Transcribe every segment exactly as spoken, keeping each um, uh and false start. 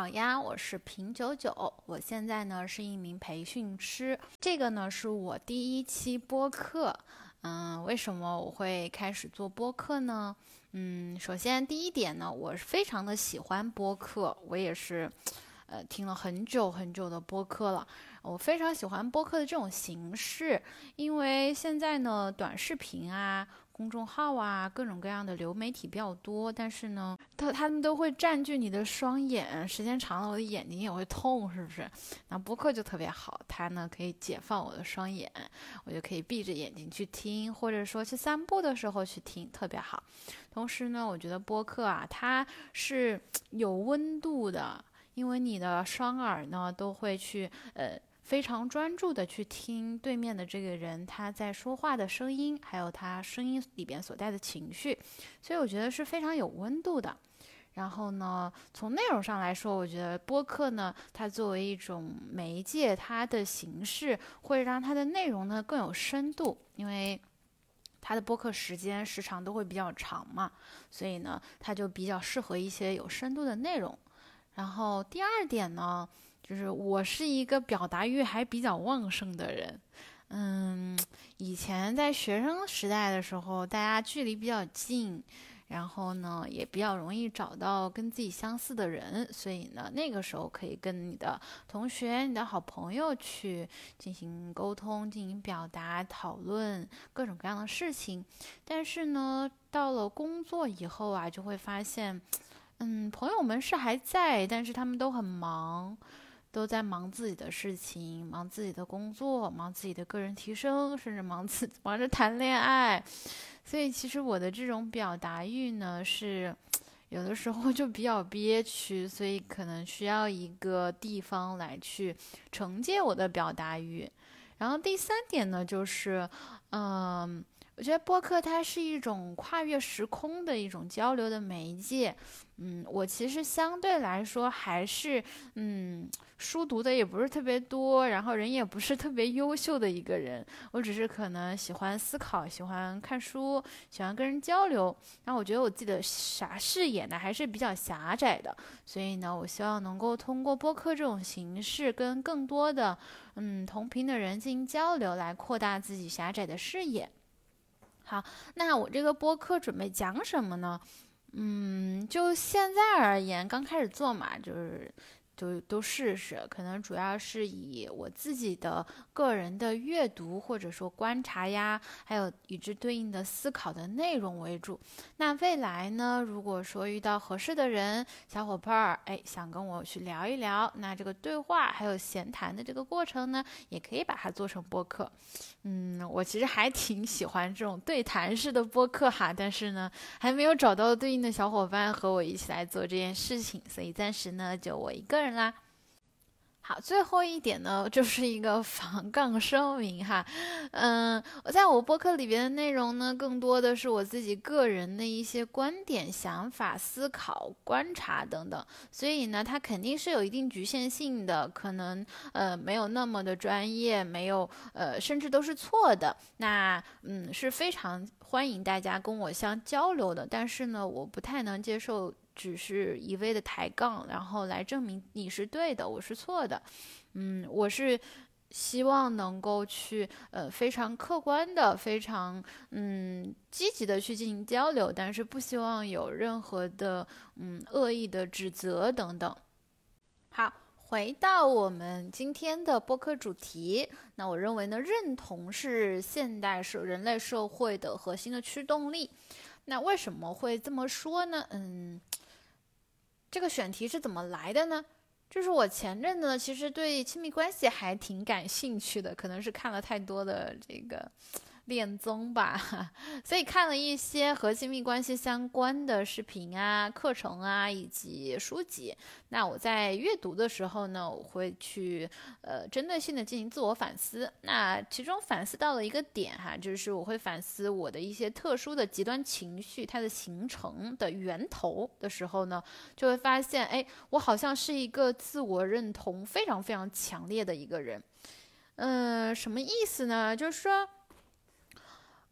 好呀，我是平九九，我现在呢是一名培训师，这个呢是我第一期播客。嗯，为什么我会开始做播客呢？嗯，首先第一点呢，我是非常的喜欢播客，我也是，呃，听了很久很久的播客了。我非常喜欢播客的这种形式，因为现在呢，短视频啊、公众号啊，各种各样的流媒体比较多，但是呢，它他们都会占据你的双眼，时间长了我的眼睛也会痛，是不是？那播客就特别好，它呢可以解放我的双眼，我就可以闭着眼睛去听，或者说去散步的时候去听，特别好。同时呢，我觉得播客啊，它是有温度的，因为你的双耳呢都会去呃。非常专注的去听对面的这个人他在说话的声音，还有他声音里边所带的情绪，所以我觉得是非常有温度的。然后呢，从内容上来说，我觉得播客呢，它作为一种媒介，它的形式会让它的内容呢更有深度，因为它的播客时间时长都会比较长嘛，所以呢，它就比较适合一些有深度的内容。然后第二点呢，就是我是一个表达欲还比较旺盛的人。嗯，以前在学生时代的时候，大家距离比较近，然后呢也比较容易找到跟自己相似的人，所以呢那个时候可以跟你的同学、你的好朋友去进行沟通、进行表达、讨论各种各样的事情。但是呢，到了工作以后啊，就会发现。嗯，朋友们是还在，但是他们都很忙，都在忙自己的事情，忙自己的工作，忙自己的个人提升，甚至忙自忙着谈恋爱。所以其实我的这种表达欲呢，是有的时候就比较憋屈，所以可能需要一个地方来去惩戒我的表达欲。然后第三点呢，就是，嗯。我觉得播客它是一种跨越时空的一种交流的媒介。嗯，我其实相对来说还是嗯书读的也不是特别多，然后人也不是特别优秀的一个人。我只是可能喜欢思考，喜欢看书，喜欢跟人交流。然后我觉得我自己的啥视野呢还是比较狭窄的，所以呢，我希望能够通过播客这种形式，跟更多的嗯同频的人进行交流，来扩大自己狭窄的视野。好，那我这个播客准备讲什么呢？嗯，就现在而言，刚开始做嘛，就是就都试试，可能主要是以我自己的个人的阅读或者说观察呀，还有与之对应的思考的内容为主。那未来呢，如果说遇到合适的人、小伙伴儿，哎，想跟我去聊一聊，那这个对话还有闲谈的这个过程呢，也可以把它做成播客。嗯，我其实还挺喜欢这种对谈式的播客哈，但是呢，还没有找到对应的小伙伴和我一起来做这件事情，所以暂时呢，就我一个人啦。好，最后一点呢，就是一个防杠声明哈。嗯，我在我播客里边的内容呢，更多的是我自己个人的一些观点、想法、思考、观察等等，所以呢，它肯定是有一定局限性的，可能呃没有那么的专业，没有呃甚至都是错的。那嗯是非常欢迎大家跟我相交流的，但是呢，我不太能接受。只是一味的抬杠，然后来证明你是对的，我是错的。嗯，我是希望能够去呃非常客观的、非常嗯积极的去进行交流，但是不希望有任何的嗯恶意的指责等等。好。回到我们今天的播客主题，那我认为呢，认同是现代社人类社会的核心的驱动力。那为什么会这么说呢？嗯。这个选题是怎么来的呢？就是我前阵子其实对亲密关系还挺感兴趣的，可能是看了太多的这个恋综吧，所以看了一些和亲密关系相关的视频啊、课程啊以及书籍。那我在阅读的时候呢，我会去呃针对性的进行自我反思。那其中反思到了一个点哈，就是我会反思我的一些特殊的极端情绪它的形成的源头的时候呢，就会发现，哎，我好像是一个自我认同非常非常强烈的一个人。嗯、呃，什么意思呢？就是说。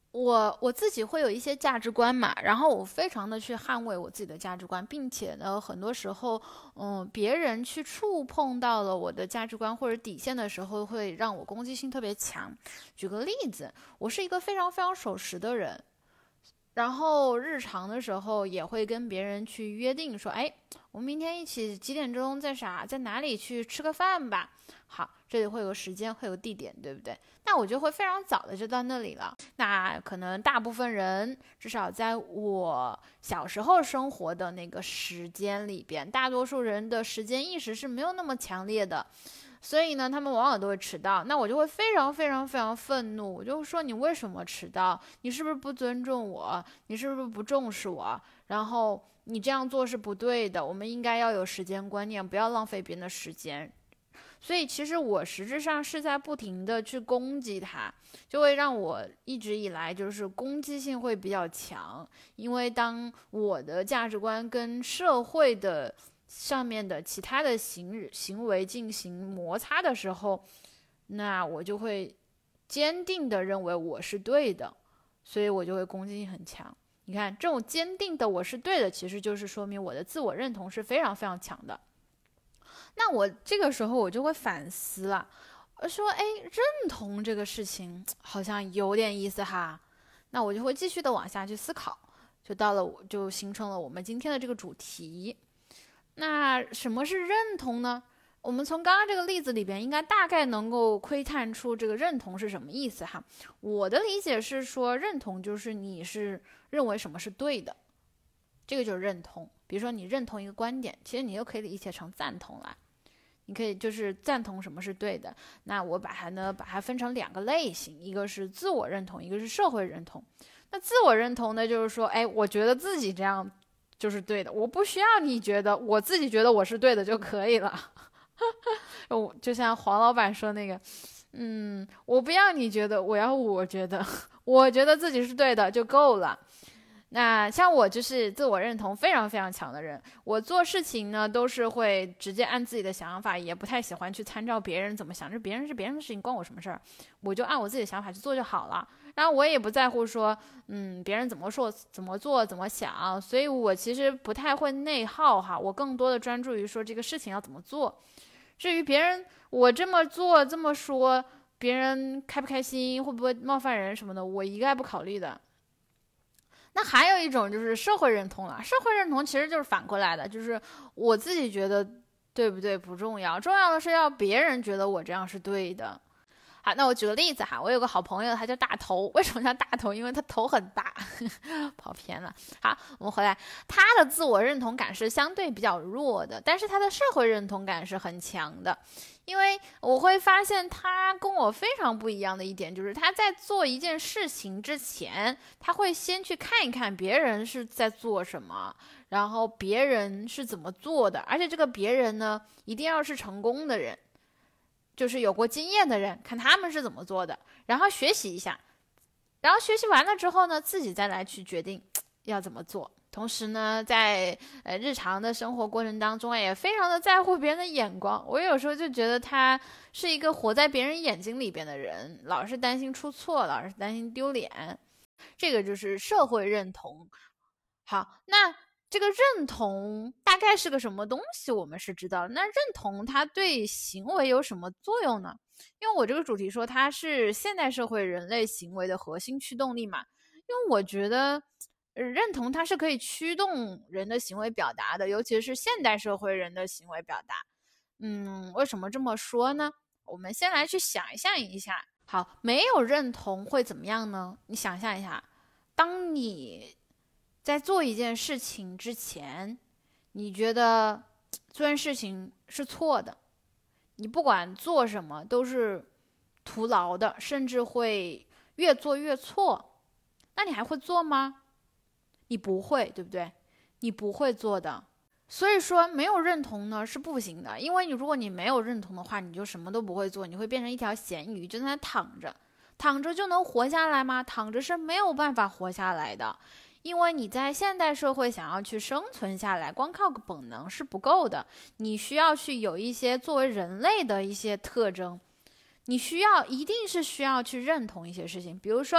我我自己会有一些价值观嘛，然后我非常的去捍卫我自己的价值观，并且呢，很多时候，嗯，别人去触碰到了我的价值观或者底线的时候，会让我攻击性特别强。举个例子，我是一个非常非常守时的人，然后日常的时候也会跟别人去约定说，哎，我们明天一起几点钟在啥在哪里去吃个饭吧。好，这里会有时间，会有地点，对不对？那我就会非常早的就到那里了。那可能大部分人，至少在我小时候生活的那个时间里边，大多数人的时间意识是没有那么强烈的。所以呢，他们往往都会迟到，那我就会非常非常非常愤怒，我就说你为什么迟到？你是不是不尊重我？你是不是不重视我？然后你这样做是不对的，我们应该要有时间观念，不要浪费别人的时间。所以其实我实质上是在不停的去攻击他，就会让我一直以来就是攻击性会比较强，因为当我的价值观跟社会的上面的其他的行行为进行摩擦的时候，那我就会坚定的认为我是对的，所以我就会攻击性很强。你看，这种坚定的我是对的，其实就是说明我的自我认同是非常非常强的。那我这个时候我就会反思了，我说，哎，认同这个事情好像有点意思哈。那我就会继续的往下去思考，就到了就形成了我们今天的这个主题。那什么是认同呢？我们从刚刚这个例子里边，应该大概能够窥探出这个认同是什么意思哈。我的理解是说，认同就是你是认为什么是对的，这个就是认同。比如说你认同一个观点，其实你又可以理解成赞同了。你可以就是赞同什么是对的。那我把它呢，把它分成两个类型，一个是自我认同，一个是社会认同。那自我认同呢，就是说，哎，我觉得自己这样就是对的，我不需要你觉得，我自己觉得我是对的就可以了。我就像黄老板说那个，嗯，我不要你觉得，我要我觉得，我觉得自己是对的就够了。那像我就是自我认同非常非常强的人，我做事情呢都是会直接按自己的想法，也不太喜欢去参照别人怎么想，这别人是别人的事情，关我什么事儿？我就按我自己的想法去做就好了。然后我也不在乎说，嗯，别人怎么说、怎么做、怎么想，所以我其实不太会内耗哈，我更多的专注于说这个事情要怎么做。至于别人我这么做这么说，别人开不开心，会不会冒犯人什么的，我一概不考虑的。那还有一种就是社会认同了，社会认同其实就是反过来的，就是我自己觉得对不对不重要，重要的是要别人觉得我这样是对的。好，那我举个例子哈，我有个好朋友，他叫大头，为什么叫大头？因为他头很大，跑偏了。好，我们回来，他的自我认同感是相对比较弱的，但是他的社会认同感是很强的。因为我会发现他跟我非常不一样的一点，就是他在做一件事情之前，他会先去看一看别人是在做什么，然后别人是怎么做的，而且这个别人呢，一定要是成功的人。就是有过经验的人，看他们是怎么做的，然后学习一下，然后学习完了之后呢，自己再来去决定要怎么做。同时呢，在呃日常的生活过程当中，也非常的在乎别人的眼光。我有时候就觉得他是一个活在别人眼睛里边的人，老是担心出错，老是担心丢脸。这个就是社会认同。好，那这个认同大概是个什么东西，我们是知道的。那认同它对行为有什么作用呢？因为我这个主题说它是现代社会人类行为的核心驱动力嘛。因为我觉得认同它是可以驱动人的行为表达的，尤其是现代社会人的行为表达。嗯，为什么这么说呢？我们先来去想象一下。好，没有认同会怎么样呢？你想象一下，当你在做一件事情之前，你觉得这件事情是错的，你不管做什么都是徒劳的，甚至会越做越错，那你还会做吗？你不会，对不对？你不会做的。所以说没有认同呢是不行的，因为你如果你没有认同的话，你就什么都不会做，你会变成一条咸鱼，就在那躺着。躺着就能活下来吗？躺着是没有办法活下来的。因为你在现代社会想要去生存下来，光靠个本能是不够的，你需要去有一些作为人类的一些特征，你需要一定是需要去认同一些事情。比如说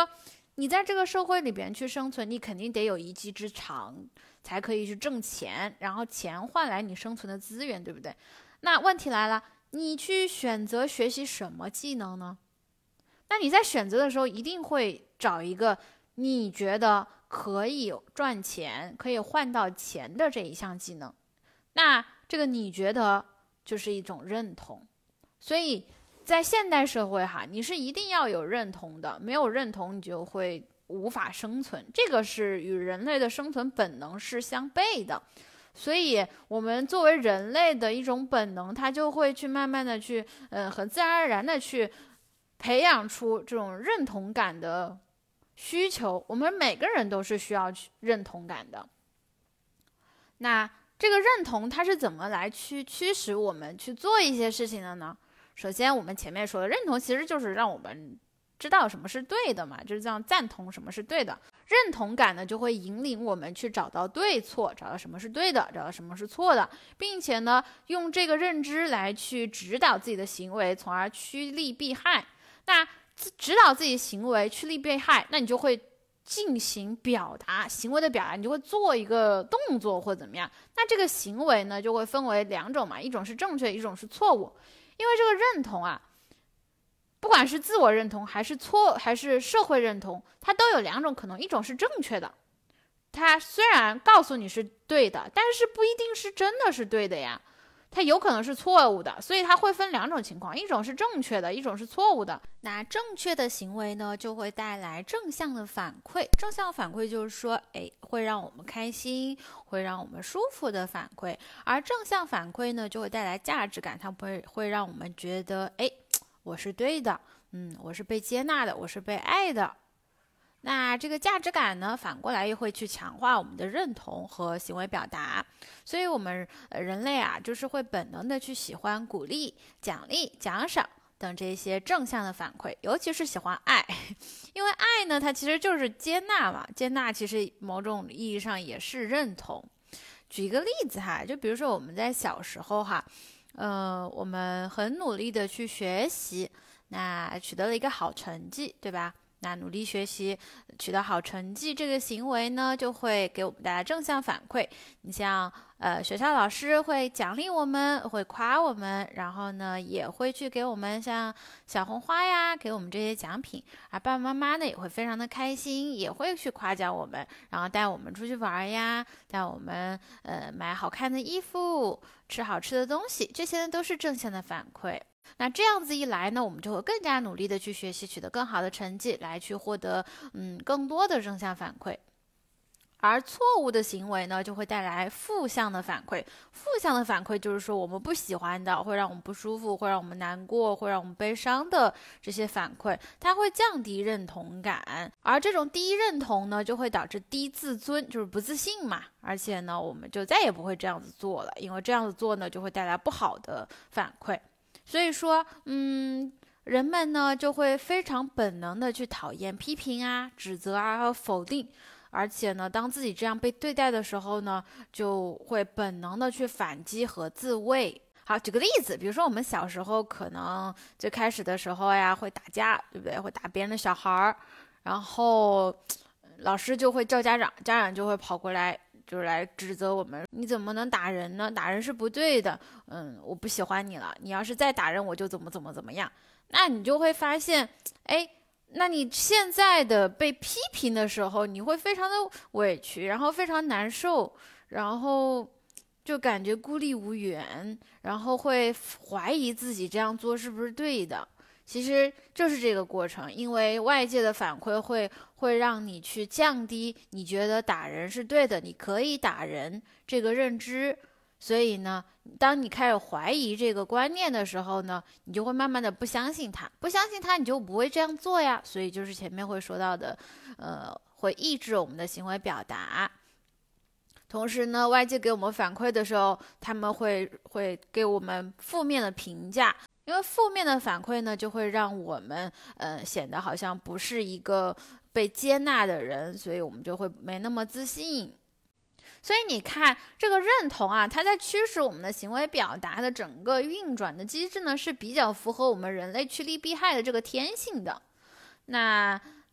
你在这个社会里边去生存，你肯定得有一技之长，才可以去挣钱，然后钱换来你生存的资源，对不对？那问题来了，你去选择学习什么技能呢？那你在选择的时候一定会找一个你觉得可以赚钱，可以换到钱的这一项技能。那这个你觉得就是一种认同。所以在现代社会哈，你是一定要有认同的，没有认同你就会无法生存，这个是与人类的生存本能是相悖的。所以我们作为人类的一种本能，它就会去慢慢的去呃，很自然而然的去培养出这种认同感的需求。我们每个人都是需要认同感的。那这个认同它是怎么来去驱使我们去做一些事情的呢？首先我们前面说的认同其实就是让我们知道什么是对的嘛，就是这样赞同什么是对的。认同感呢就会引领我们去找到对错，找到什么是对的，找到什么是错的，并且呢用这个认知来去指导自己的行为，从而趋利避害。那指导自己行为趋利避害，那你就会进行表达，行为的表达，你就会做一个动作或怎么样。那这个行为呢就会分为两种嘛，一种是正确，一种是错误。因为这个认同啊，不管是自我认同还是错还是社会认同，它都有两种可能，一种是正确的，它虽然告诉你是对的，但是不一定是真的是对的呀，它有可能是错误的，所以它会分两种情况，一种是正确的，一种是错误的。那正确的行为呢，就会带来正向的反馈，正向反馈就是说，哎，会让我们开心，会让我们舒服的反馈，而正向反馈呢，就会带来价值感，它会会让我们觉得，哎，我是对的，嗯，我是被接纳的，我是被爱的。那这个价值感呢，反过来又会去强化我们的认同和行为表达。所以我们人类啊，就是会本能的去喜欢鼓励、奖励、奖赏等这些正向的反馈，尤其是喜欢爱，因为爱呢，它其实就是接纳嘛，接纳其实某种意义上也是认同。举一个例子哈，就比如说我们在小时候哈，呃，我们很努力的去学习，那取得了一个好成绩，对吧？那努力学习取得好成绩这个行为呢，就会给我们带来正向反馈。你像呃学校老师会奖励我们，会夸我们，然后呢也会去给我们像小红花呀，给我们这些奖品。而爸爸妈妈呢也会非常的开心，也会去夸奖我们，然后带我们出去玩呀，带我们呃买好看的衣服，吃好吃的东西，这些呢都是正向的反馈。那这样子一来呢，我们就会更加努力的去学习，取得更好的成绩，来去获得嗯更多的正向反馈。而错误的行为呢，就会带来负向的反馈。负向的反馈就是说我们不喜欢的，会让我们不舒服，会让我们难过，会让我们悲伤的这些反馈，它会降低认同感。而这种低认同呢，就会导致低自尊，就是不自信嘛。而且呢，我们就再也不会这样子做了，因为这样子做呢，就会带来不好的反馈。所以说，嗯，人们呢就会非常本能的去讨厌批评啊、指责啊和否定，而且呢，当自己这样被对待的时候呢，就会本能的去反击和自卫。好，举个例子，比如说我们小时候可能最开始的时候呀，会打架，对不对？会打别人的小孩儿，然后老师就会叫家长，家长就会跑过来。就是来指责我们，你怎么能打人呢？打人是不对的。嗯，我不喜欢你了，你要是再打人，我就怎么怎么怎么样。那你就会发现，哎，那你现在的被批评的时候，你会非常的委屈，然后非常难受，然后就感觉孤立无援，然后会怀疑自己这样做是不是对的。其实就是这个过程，因为外界的反馈会会让你去降低你觉得打人是对的，你可以打人这个认知。所以呢，当你开始怀疑这个观念的时候呢，你就会慢慢的不相信它，不相信它你就不会这样做呀。所以就是前面会说到的，呃，会抑制我们的行为表达。同时呢，外界给我们反馈的时候，他们会会给我们负面的评价。因为负面的反馈呢，就会让我们呃显得好像不是一个被接纳的人，所以我们就会没那么自信。所以你看，这个认同啊，它在驱使我们的行为表达的整个运转的机制呢，是比较符合我们人类趋利避害的这个天性的。那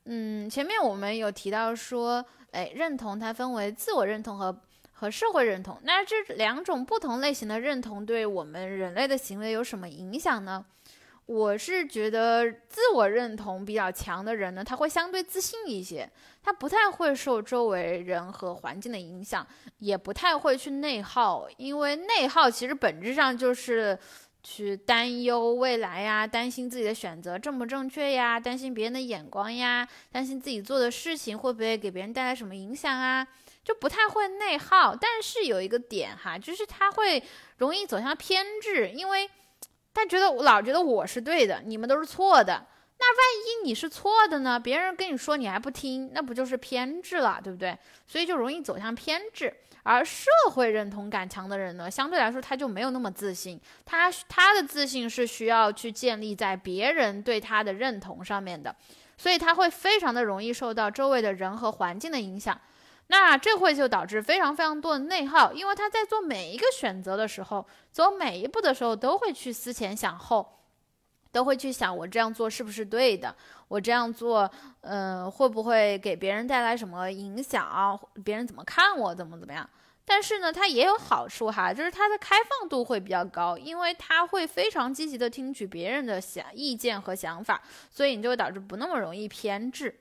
嗯，前面我们有提到说，哎，认同它分为自我认同和和社会认同。那这两种不同类型的认同对我们人类的行为有什么影响呢？我是觉得自我认同比较强的人呢，他会相对自信一些，他不太会受周围人和环境的影响，也不太会去内耗，因为内耗其实本质上就是去担忧未来呀，担心自己的选择正不正确呀，担心别人的眼光呀，担心自己做的事情会不会给别人带来什么影响啊，就不太会内耗。但是有一个点哈，就是他会容易走向偏执，因为他觉得老觉得我是对的，你们都是错的。那万一你是错的呢？别人跟你说你还不听，那不就是偏执了，对不对？所以就容易走向偏执。而社会认同感强的人呢，相对来说他就没有那么自信，他他的自信是需要去建立在别人对他的认同上面的，所以他会非常的容易受到周围的人和环境的影响。那这会就导致非常非常多的内耗，因为他在做每一个选择的时候，走每一步的时候都会去思前想后，都会去想我这样做是不是对的，我这样做呃会不会给别人带来什么影响，别人怎么看我，怎么怎么样。但是呢，它也有好处哈，就是它的开放度会比较高，因为它会非常积极的听取别人的想意见和想法，所以你就会导致不那么容易偏执。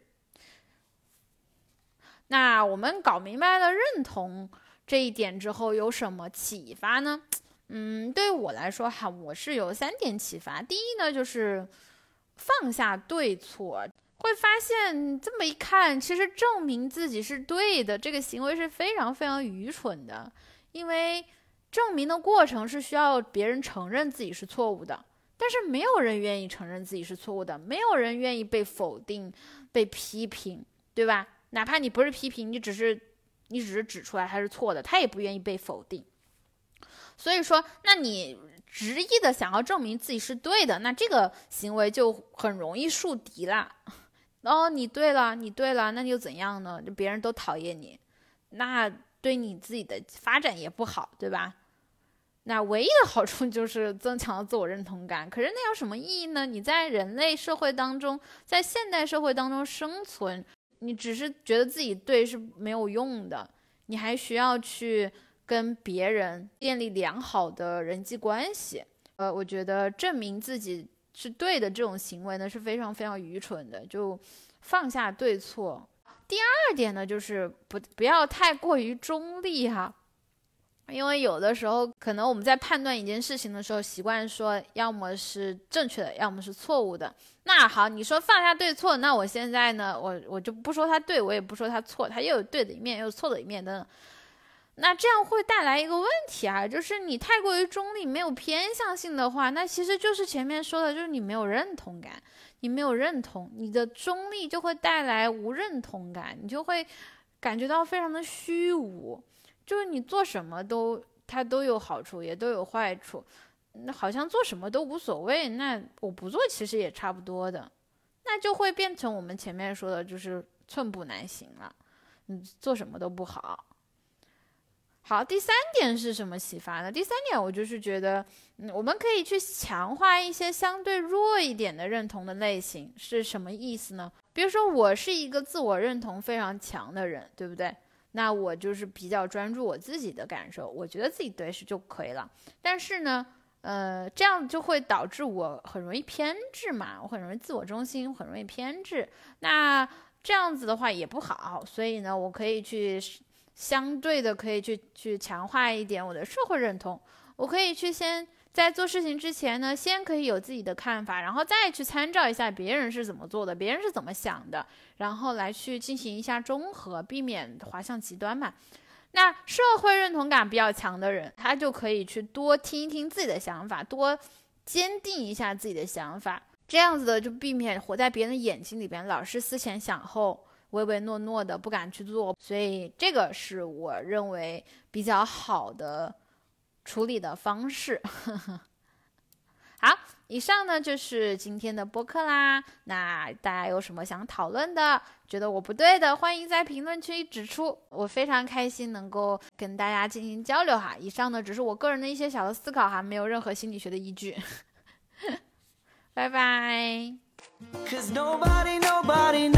那我们搞明白了认同这一点之后，有什么启发呢？嗯，对于我来说哈，我是有三点启发。第一呢，就是放下对错，会发现这么一看，其实证明自己是对的，这个行为是非常非常愚蠢的，因为证明的过程是需要别人承认自己是错误的，但是没有人愿意承认自己是错误的，没有人愿意被否定、被批评，对吧？哪怕你不是批评，你只是你只是指出来他是错的，他也不愿意被否定。所以说，那你执意的想要证明自己是对的，那这个行为就很容易树敌啦。哦，你对了，你对了，那又怎样呢？就别人都讨厌你，那对你自己的发展也不好，对吧？那唯一的好处就是增强了自我认同感，可是那有什么意义呢？你在人类社会当中，在现代社会当中生存，你只是觉得自己对是没有用的，你还需要去跟别人建立良好的人际关系。呃，我觉得证明自己是对的这种行为呢是非常非常愚蠢的，就放下对错。第二点呢，就是不不要太过于中立哈。因为有的时候可能我们在判断一件事情的时候习惯说要么是正确的，要么是错误的。那好，你说放下对错，那我现在呢，我我就不说它对，我也不说它错，它又有对的一面又有错的一面等等。那这样会带来一个问题啊，就是你太过于中立没有偏向性的话，那其实就是前面说的，就是你没有认同感，你没有认同，你的中立就会带来无认同感，你就会感觉到非常的虚无，就是你做什么都它都有好处也都有坏处，那好像做什么都无所谓，那我不做其实也差不多的，那就会变成我们前面说的就是寸步难行了，你做什么都不好。好，第三点是什么启发呢？第三点我就是觉得，嗯，我们可以去强化一些相对弱一点的认同的类型，是什么意思呢？比如说我是一个自我认同非常强的人，对不对？那我就是比较专注我自己的感受，我觉得自己对是就可以了。但是呢，呃，这样就会导致我很容易偏执嘛，我很容易自我中心，很容易偏执。那这样子的话也不好，所以呢，我可以去相对的可以去去强化一点我的社会认同。我可以去先在做事情之前呢，先可以有自己的看法，然后再去参照一下别人是怎么做的，别人是怎么想的，然后来去进行一下中和，避免滑向极端嘛。那社会认同感比较强的人，他就可以去多听一听自己的想法，多坚定一下自己的想法，这样子的就避免活在别人的眼睛里边，老是思前想后，唯唯诺诺的不敢去做。所以这个是我认为比较好的处理的方式。好，以上呢就是今天的播客啦。那大家有什么想讨论的，觉得我不对的，欢迎在评论区指出，我非常开心能够跟大家进行交流哈。以上呢只是我个人的一些小的思考哈，没有任何心理学的依据。拜拜。 'Cause nobody, nobody